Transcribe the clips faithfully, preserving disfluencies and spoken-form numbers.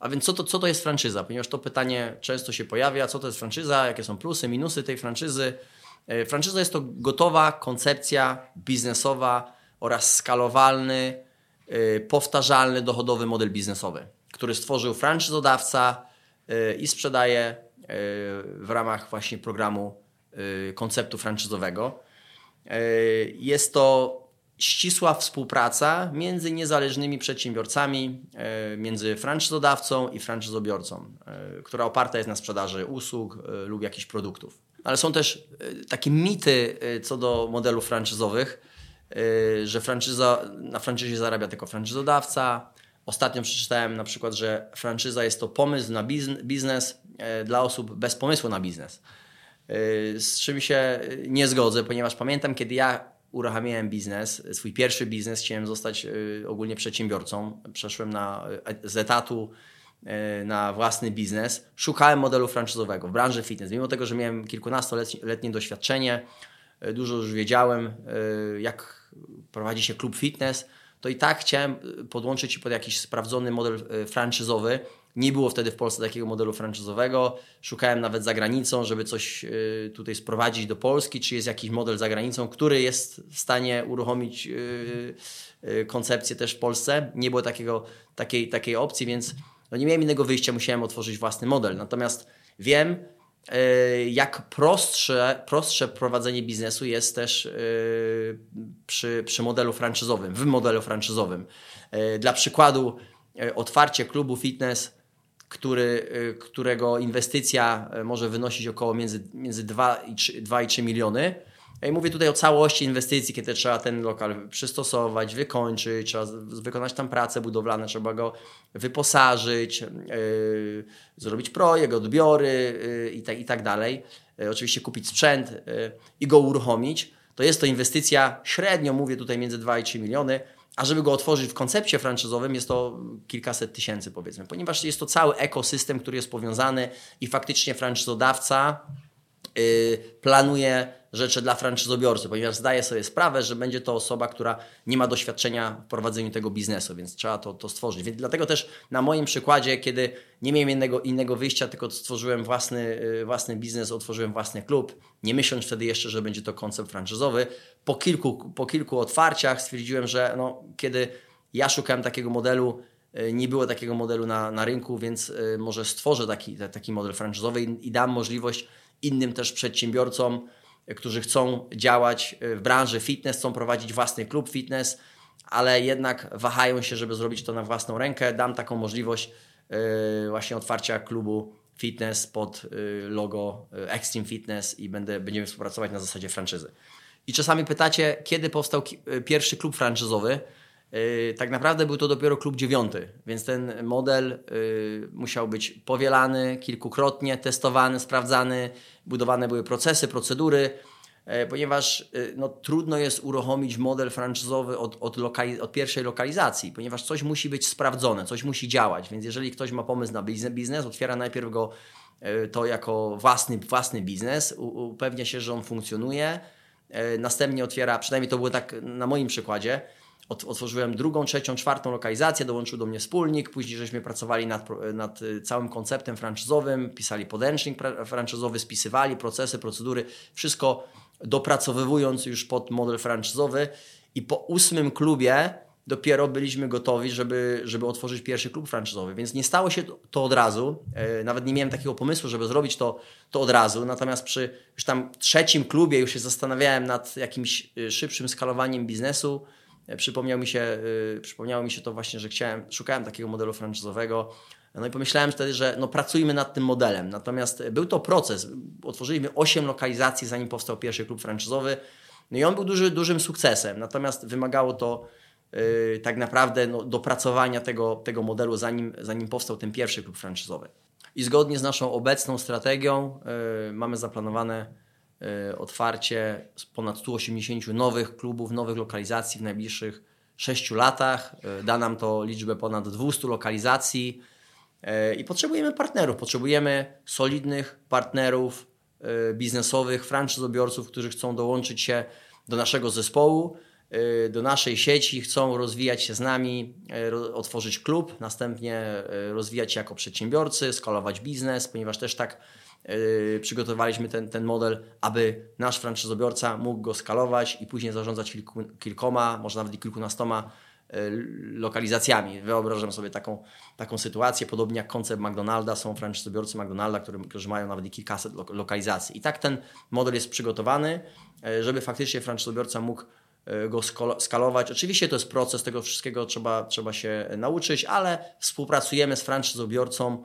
A więc co to, co to jest franczyza? Ponieważ to pytanie często się pojawia, co to jest franczyza, jakie są plusy, minusy tej franczyzy. Franczyza jest to gotowa koncepcja biznesowa oraz skalowalny, powtarzalny, dochodowy model biznesowy, który stworzył franczyzodawca i sprzedaje w ramach właśnie programu konceptu franczyzowego. Jest to ścisła współpraca między niezależnymi przedsiębiorcami, między franczyzodawcą i franczyzobiorcą, która oparta jest na sprzedaży usług lub jakichś produktów. Ale są też takie mity co do modelów franczyzowych, że franczyza, na franczyzie zarabia tylko franczyzodawca. Ostatnio przeczytałem na przykład, że franczyza jest to pomysł na biznes dla osób bez pomysłu na biznes. Z czym się nie zgodzę, ponieważ pamiętam, kiedy ja uruchamiałem biznes, swój pierwszy biznes, chciałem zostać ogólnie przedsiębiorcą. Przeszłem na, z etatu na własny biznes. Szukałem modelu franczyzowego w branży fitness. Mimo tego, że miałem kilkunastoletnie doświadczenie, dużo już wiedziałem, jak prowadzi się klub fitness, to i tak chciałem podłączyć się pod jakiś sprawdzony model franczyzowy. Nie było wtedy w Polsce takiego modelu franczyzowego. Szukałem nawet za granicą, żeby coś tutaj sprowadzić do Polski, czy jest jakiś model za granicą, który jest w stanie uruchomić koncepcję też w Polsce. Nie było takiego, takiej, takiej opcji, więc no nie miałem innego wyjścia, musiałem otworzyć własny model. Natomiast wiem, jak prostsze, prostsze prowadzenie biznesu jest też przy, przy modelu franczyzowym, w modelu franczyzowym. Dla przykładu otwarcie klubu fitness, który, którego inwestycja może wynosić około między, między dwa i trzy miliony. Ja mówię tutaj o całości inwestycji, kiedy trzeba ten lokal przystosować, wykończyć, trzeba wykonać tam prace budowlane, trzeba go wyposażyć, yy, zrobić projekt, odbiory yy, i, tak, i tak dalej. Yy, oczywiście kupić sprzęt yy, i go uruchomić. To jest to inwestycja średnio, mówię tutaj między dwa i trzy miliony, a żeby go otworzyć w koncepcie franczyzowym jest to kilkaset tysięcy powiedzmy, ponieważ jest to cały ekosystem, który jest powiązany i faktycznie franczyzodawca yy, planuje rzeczy dla franczyzobiorcy, ponieważ zdaje sobie sprawę, że będzie to osoba, która nie ma doświadczenia w prowadzeniu tego biznesu, więc trzeba to, to stworzyć. Więc dlatego też na moim przykładzie, kiedy nie miałem innego, innego wyjścia, tylko stworzyłem własny, własny biznes, otworzyłem własny klub, nie myśląc wtedy jeszcze, że będzie to koncept franczyzowy. Po kilku, po kilku otwarciach stwierdziłem, że no, kiedy ja szukałem takiego modelu, nie było takiego modelu na, na rynku, więc może stworzę taki, taki model franczyzowy i, i dam możliwość innym też przedsiębiorcom, którzy chcą działać w branży fitness, chcą prowadzić własny klub fitness, ale jednak wahają się, żeby zrobić to na własną rękę. Dam taką możliwość właśnie otwarcia klubu fitness pod logo Extreme Fitness i będę, będziemy współpracować na zasadzie franczyzy. I czasami pytacie, kiedy powstał pierwszy klub franczyzowy? Tak naprawdę był to dopiero klub dziewiąty, więc ten model musiał być powielany kilkukrotnie, testowany, sprawdzany, budowane były procesy, procedury, ponieważ no, trudno jest uruchomić model franczyzowy od, od, lokali- od pierwszej lokalizacji, ponieważ coś musi być sprawdzone, coś musi działać, więc jeżeli ktoś ma pomysł na biznes, otwiera najpierw go to jako własny, własny biznes, upewnia się, że on funkcjonuje, następnie otwiera, przynajmniej to było tak na moim przykładzie, otworzyłem drugą, trzecią, czwartą lokalizację, dołączył do mnie wspólnik, później żeśmy pracowali nad, nad całym konceptem franczyzowym, pisali podręcznik franczyzowy, spisywali procesy, procedury, wszystko dopracowywując już pod model franczyzowy i po ósmym klubie dopiero byliśmy gotowi, żeby, żeby otworzyć pierwszy klub franczyzowy, więc nie stało się to, to od razu, nawet nie miałem takiego pomysłu, żeby zrobić to, to od razu, natomiast przy już tam trzecim klubie już się zastanawiałem nad jakimś szybszym skalowaniem biznesu. Przypomniał mi się, yy, przypomniało mi się to właśnie, że chciałem, szukałem takiego modelu franczyzowego. No i pomyślałem wtedy, że no pracujmy nad tym modelem. Natomiast był to proces. Otworzyliśmy osiem lokalizacji, zanim powstał pierwszy klub franczyzowy. No i on był duży, dużym sukcesem. Natomiast wymagało to yy, tak naprawdę no, dopracowania tego, tego modelu, zanim, zanim powstał ten pierwszy klub franczyzowy. I zgodnie z naszą obecną strategią yy, mamy zaplanowane otwarcie ponad stu osiemdziesięciu nowych klubów, nowych lokalizacji w najbliższych sześciu latach. Da nam to liczbę ponad dwustu lokalizacji i potrzebujemy partnerów. Potrzebujemy solidnych partnerów biznesowych, franczyzobiorców, którzy chcą dołączyć się do naszego zespołu do naszej sieci, chcą rozwijać się z nami, otworzyć klub, następnie rozwijać się jako przedsiębiorcy, skalować biznes, ponieważ też tak przygotowaliśmy ten, ten model, aby nasz franczyzobiorca mógł go skalować i później zarządzać kilku, kilkoma, może nawet i kilkunastoma lokalizacjami. Wyobrażam sobie taką, taką sytuację, podobnie jak koncept McDonalda, są franczyzobiorcy McDonalda, którzy, którzy mają nawet i kilkaset lokalizacji. I tak ten model jest przygotowany, żeby faktycznie franczyzobiorca mógł go skalować. Oczywiście to jest proces, tego wszystkiego trzeba, trzeba się nauczyć, ale współpracujemy z franczyzobiorcą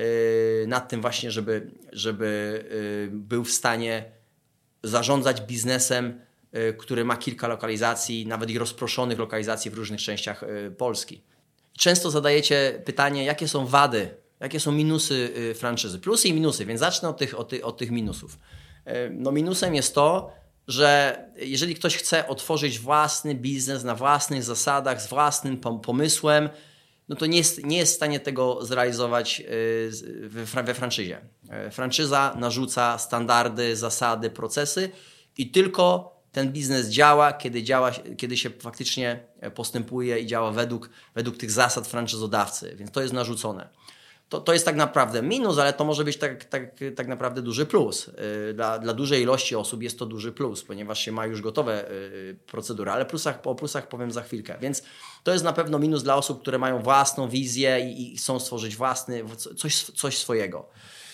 nad tym właśnie, żeby, żeby był w stanie zarządzać biznesem, który ma kilka lokalizacji, nawet i rozproszonych lokalizacji w różnych częściach Polski. Często zadajecie pytanie, jakie są wady, jakie są minusy franczyzy, plusy i minusy, więc zacznę od tych, od tych, od tych minusów. No minusem jest to, że jeżeli ktoś chce otworzyć własny biznes na własnych zasadach, z własnym pomysłem, no to nie jest, nie jest w stanie tego zrealizować we, we franczyzie. Franczyza narzuca standardy, zasady, procesy i tylko ten biznes działa, kiedy, działa, kiedy się faktycznie postępuje i działa według, według tych zasad franczyzodawcy, więc to jest narzucone. To, to jest tak naprawdę minus, ale to może być tak, tak, tak naprawdę duży plus. Dla, dla dużej ilości osób jest to duży plus, ponieważ się ma już gotowe procedury, ale plusach, o plusach powiem za chwilkę. Więc to jest na pewno minus dla osób, które mają własną wizję i, i chcą stworzyć własny, coś, coś swojego.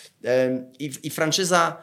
I, i franczyza,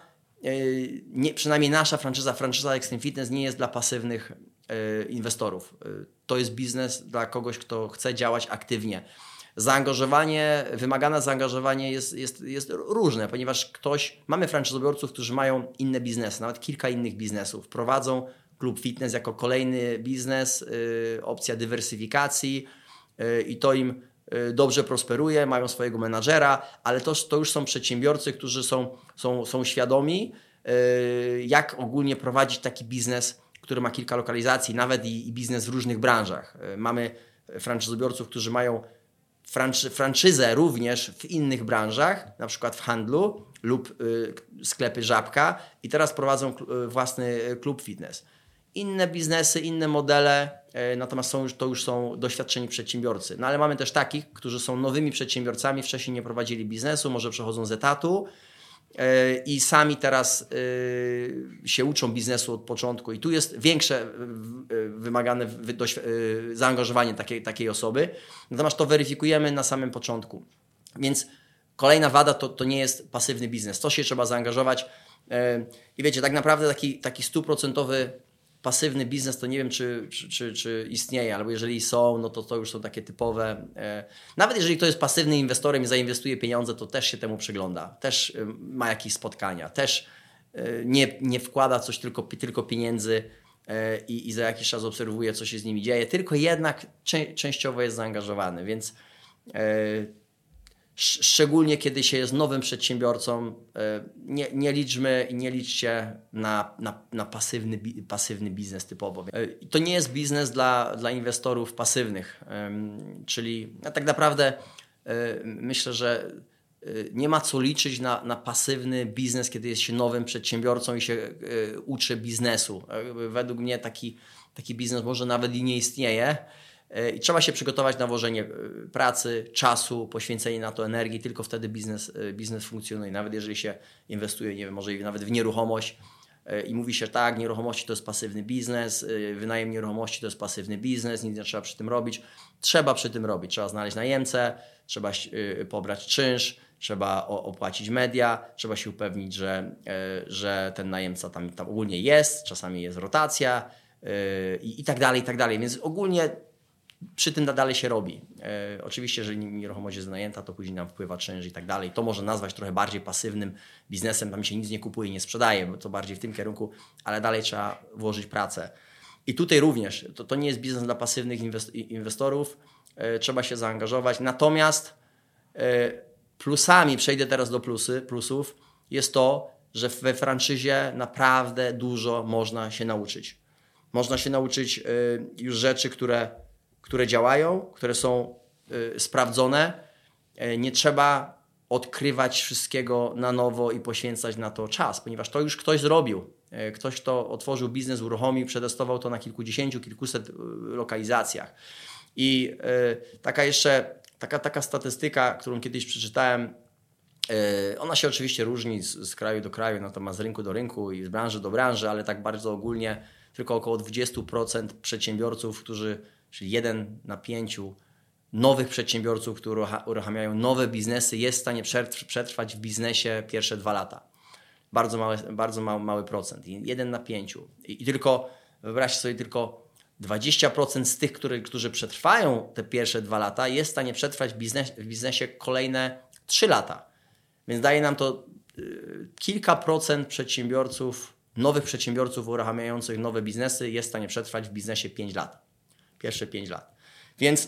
nie, przynajmniej nasza franczyza, franczyza Extreme Fitness nie jest dla pasywnych inwestorów. To jest biznes dla kogoś, kto chce działać aktywnie. Zaangażowanie, wymagane zaangażowanie jest, jest, jest różne, ponieważ ktoś, mamy franczyzobiorców, którzy mają inne biznesy, nawet kilka innych biznesów. Prowadzą klub fitness jako kolejny biznes, y, opcja dywersyfikacji y, i to im y, dobrze prosperuje, mają swojego menadżera, ale to, to już są przedsiębiorcy, którzy są, są, są świadomi, y, jak ogólnie prowadzić taki biznes, który ma kilka lokalizacji, nawet i, i biznes w różnych branżach. Y, mamy franczyzobiorców, którzy mają Franczy, franczyzę również w innych branżach, na przykład w handlu lub y, sklepy Żabka i teraz prowadzą y, własny klub fitness. Inne biznesy, inne modele, y, natomiast są już, to już są doświadczeni przedsiębiorcy. No ale mamy też takich, którzy są nowymi przedsiębiorcami, wcześniej nie prowadzili biznesu, może przechodzą z etatu y, i sami teraz y, się uczą biznesu od początku i tu jest większe y, wymagane y, y, zaangażowanie takiej, takiej osoby. Natomiast to weryfikujemy na samym początku. Więc kolejna wada to, to nie jest pasywny biznes. To się trzeba zaangażować. Yy, I wiecie, tak naprawdę taki, taki stuprocentowy pasywny biznes to nie wiem, czy, czy, czy, czy istnieje, albo jeżeli są, no to to już są takie typowe. Yy, nawet jeżeli ktoś jest pasywnym inwestorem i zainwestuje pieniądze, to też się temu przygląda. Też yy, ma jakieś spotkania. Też yy, nie, nie wkłada coś tylko, tylko pieniędzy, I, i za jakiś czas obserwuje, co się z nimi dzieje, tylko jednak czę- częściowo jest zaangażowany, więc e, sz- szczególnie kiedy się jest nowym przedsiębiorcą, e, nie, nie liczmy i nie liczcie na, na, na pasywny, bi- pasywny biznes typowo. E, to nie jest biznes dla, dla inwestorów pasywnych, e, czyli ja tak naprawdę e, myślę, że nie ma co liczyć na, na pasywny biznes, kiedy jest się nowym przedsiębiorcą i się y, uczy biznesu. Według mnie taki, taki biznes może nawet i nie istnieje y, i trzeba się przygotować na włożenie y, pracy, czasu, poświęcenie na to energii, tylko wtedy biznes, y, biznes funkcjonuje. Nawet jeżeli się inwestuje, nie wiem, może nawet w nieruchomość y, i mówi się tak, nieruchomości to jest pasywny biznes, y, wynajem nieruchomości to jest pasywny biznes, nic nie trzeba przy tym robić. Trzeba przy tym robić, trzeba znaleźć najemcę, trzeba y, pobrać czynsz, trzeba opłacić media, trzeba się upewnić, że, że ten najemca tam, tam ogólnie jest, czasami jest rotacja i, i tak dalej, i tak dalej. Więc ogólnie przy tym dalej się robi. Oczywiście, jeżeli nieruchomość jest najęta, to później nam wpływa czynsz i tak dalej. To można nazwać trochę bardziej pasywnym biznesem, tam się nic nie kupuje i nie sprzedaje, bo to bardziej w tym kierunku, ale dalej trzeba włożyć pracę. I tutaj również, to, to nie jest biznes dla pasywnych inwestorów, trzeba się zaangażować, natomiast plusami, przejdę teraz do plusy, plusów, jest to, że we franczyzie naprawdę dużo można się nauczyć. Można się nauczyć y, już rzeczy, które, które działają, które są y, sprawdzone. Y, nie trzeba odkrywać wszystkiego na nowo i poświęcać na to czas, ponieważ to już ktoś zrobił. Ktoś, kto otworzył biznes, uruchomił, przetestował to na kilkudziesięciu, kilkuset lokalizacjach. I taka jeszcze, taka, taka statystyka, którą kiedyś przeczytałem, ona się oczywiście różni z, z kraju do kraju, natomiast z rynku do rynku i z branży do branży, ale tak bardzo ogólnie tylko około dwadzieścia procent przedsiębiorców, którzy, czyli jeden na pięciu nowych przedsiębiorców, którzy uruchamiają nowe biznesy, jest w stanie przetrwać w biznesie pierwsze dwa lata. Bardzo mały, bardzo mały, mały procent. Jeden na pięciu. I, i tylko, wyobraźcie sobie, tylko dwadzieścia procent z tych, którzy, którzy przetrwają te pierwsze dwa lata, jest w stanie przetrwać w, biznes, w biznesie kolejne trzy lata. Więc daje nam to y, kilka procent przedsiębiorców, nowych przedsiębiorców uruchamiających nowe biznesy jest w stanie przetrwać w biznesie pięć lat. Pierwsze pięć lat. Więc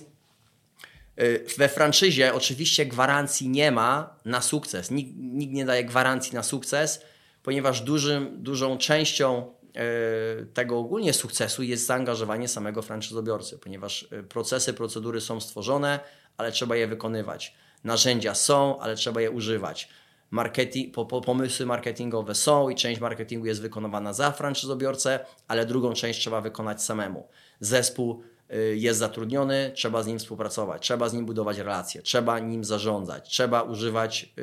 y, we franczyzie oczywiście gwarancji nie ma na sukces. Nikt, nikt nie daje gwarancji na sukces, ponieważ dużym, dużą częścią y, tego ogólnie sukcesu jest zaangażowanie samego franczyzobiorcy, ponieważ y, procesy, procedury są stworzone, ale trzeba je wykonywać. Narzędzia są, ale trzeba je używać. Marketing, po, po, pomysły marketingowe są i część marketingu jest wykonywana za franczyzobiorcę, ale drugą część trzeba wykonać samemu. Zespół y, jest zatrudniony, trzeba z nim współpracować, trzeba z nim budować relacje, trzeba nim zarządzać, trzeba używać y,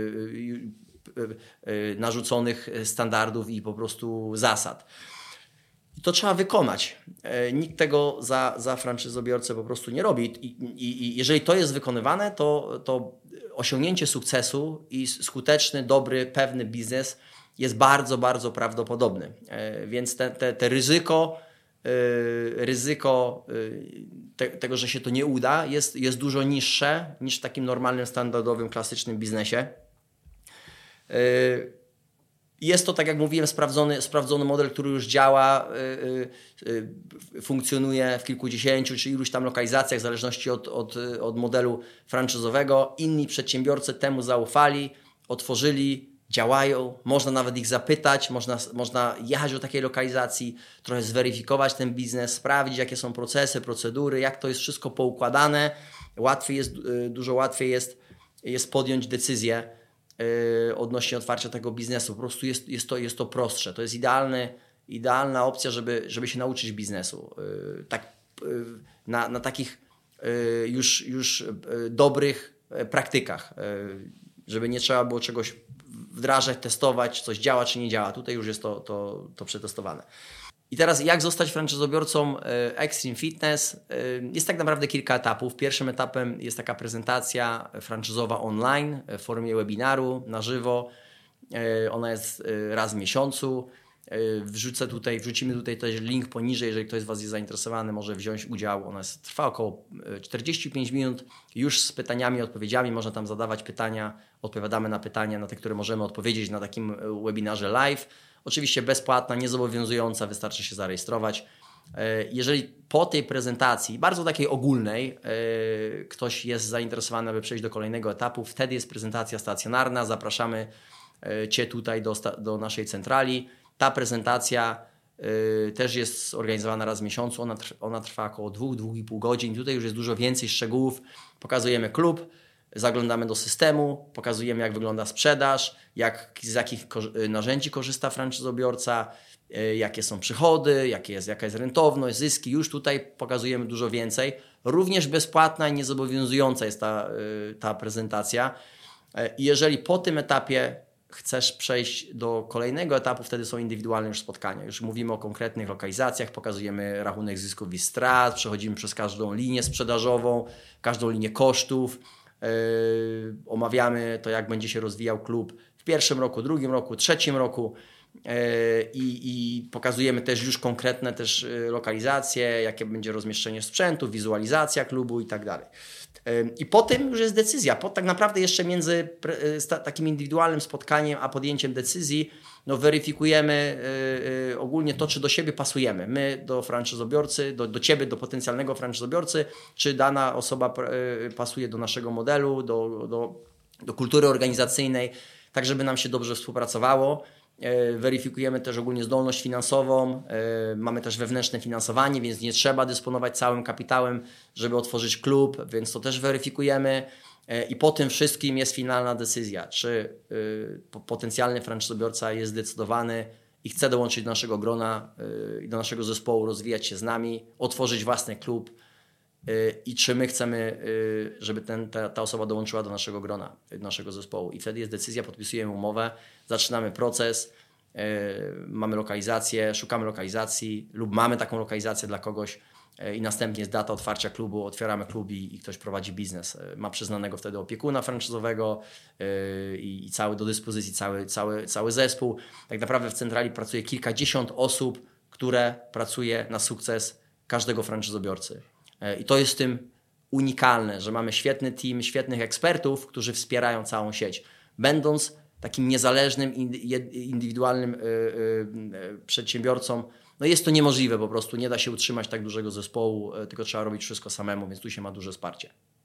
y, y, y, narzuconych standardów i po prostu zasad. I to trzeba wykonać. Nikt tego za, za franczyzobiorcę po prostu nie robi. I, i, i jeżeli to jest wykonywane, to, to osiągnięcie sukcesu i skuteczny, dobry, pewny biznes jest bardzo, bardzo prawdopodobny. Więc te, te, te ryzyko, ryzyko te, tego, że się to nie uda, jest, jest dużo niższe niż w takim normalnym, standardowym, klasycznym biznesie. Jest to, tak jak mówiłem, sprawdzony, sprawdzony model, który już działa, yy, yy, funkcjonuje w kilkudziesięciu czy iluś tam lokalizacjach, w zależności od, od, od modelu franczyzowego. Inni przedsiębiorcy temu zaufali, otworzyli, działają, można nawet ich zapytać, można, można jechać do takiej lokalizacji, trochę zweryfikować ten biznes, sprawdzić, jakie są procesy, procedury, jak to jest wszystko poukładane. Łatwiej jest, yy, dużo łatwiej jest, jest podjąć decyzję odnośnie otwarcia tego biznesu. Po prostu jest, jest, to, jest to prostsze. To jest idealny, idealna opcja, żeby, żeby się nauczyć biznesu. Tak, na, na takich już, już dobrych praktykach, żeby nie trzeba było czegoś wdrażać, testować, coś działa czy nie działa. Tutaj już jest to, to, to przetestowane. I teraz jak zostać franczyzobiorcą Extreme Fitness? Jest tak naprawdę kilka etapów. Pierwszym etapem jest taka prezentacja franczyzowa online w formie webinaru na żywo. Ona jest raz w miesiącu. Wrzucę tutaj, wrzucimy tutaj też link poniżej, jeżeli ktoś z Was jest zainteresowany, może wziąć udział. Ona jest, trwa około czterdzieści pięć minut, już z pytaniami, odpowiedziami. Można tam zadawać pytania, odpowiadamy na pytania, na te, które możemy odpowiedzieć na takim webinarze live. Oczywiście bezpłatna, niezobowiązująca, wystarczy się zarejestrować. Jeżeli po tej prezentacji, bardzo takiej ogólnej, ktoś jest zainteresowany, aby przejść do kolejnego etapu, wtedy jest prezentacja stacjonarna. Zapraszamy Cię tutaj do, do naszej centrali. Ta prezentacja też jest organizowana raz w miesiącu. Ona, ona trwa około dwóch, dwóch i pół godzin. Tutaj już jest dużo więcej szczegółów. Pokazujemy klub, zaglądamy do systemu, pokazujemy, jak wygląda sprzedaż, jak, z jakich narzędzi korzysta franczyzobiorca, jakie są przychody, jakie jest, jaka jest rentowność, zyski. Już tutaj pokazujemy dużo więcej. Również bezpłatna i niezobowiązująca jest ta, ta prezentacja. I jeżeli po tym etapie chcesz przejść do kolejnego etapu, wtedy są indywidualne już spotkania. Już mówimy o konkretnych lokalizacjach, pokazujemy rachunek zysków i strat, przechodzimy przez każdą linię sprzedażową, każdą linię kosztów. Yy, omawiamy to, jak będzie się rozwijał klub w pierwszym roku, drugim roku, trzecim roku yy, i pokazujemy też już konkretne też lokalizacje, jakie będzie rozmieszczenie sprzętu, wizualizacja klubu i tak dalej. Yy, I po tym już jest decyzja. Po, tak naprawdę jeszcze między pre, takim indywidualnym spotkaniem a podjęciem decyzji no, weryfikujemy yy, yy, ogólnie to, czy do siebie pasujemy. My do franczyzobiorcy, do, do Ciebie, do potencjalnego franczyzobiorcy, czy dana osoba yy, pasuje do naszego modelu, do, do, do kultury organizacyjnej, tak żeby nam się dobrze współpracowało. Yy, weryfikujemy też ogólnie zdolność finansową. Yy, mamy też wewnętrzne finansowanie, więc nie trzeba dysponować całym kapitałem, żeby otworzyć klub, więc to też weryfikujemy. I po tym wszystkim jest finalna decyzja, czy potencjalny franczyzobiorca jest zdecydowany i chce dołączyć do naszego grona i do naszego zespołu, rozwijać się z nami, otworzyć własny klub i czy my chcemy, żeby ten, ta, ta osoba dołączyła do naszego grona, do naszego zespołu. I wtedy jest decyzja, podpisujemy umowę, zaczynamy proces, mamy lokalizację, szukamy lokalizacji lub mamy taką lokalizację dla kogoś, i następnie jest data otwarcia klubu, otwieramy klub i, i ktoś prowadzi biznes. Ma przyznanego wtedy opiekuna franczyzowego yy, i cały do dyspozycji cały, cały, cały zespół. Tak naprawdę w centrali pracuje kilkadziesiąt osób, które pracuje na sukces każdego franczyzobiorcy. Yy, I to jest w tym unikalne, że mamy świetny team, świetnych ekspertów, którzy wspierają całą sieć. Będąc takim niezależnym, indywidualnym yy, yy, przedsiębiorcą, no jest to niemożliwe po prostu, nie da się utrzymać tak dużego zespołu, tylko trzeba robić wszystko samemu, więc tu się ma duże wsparcie.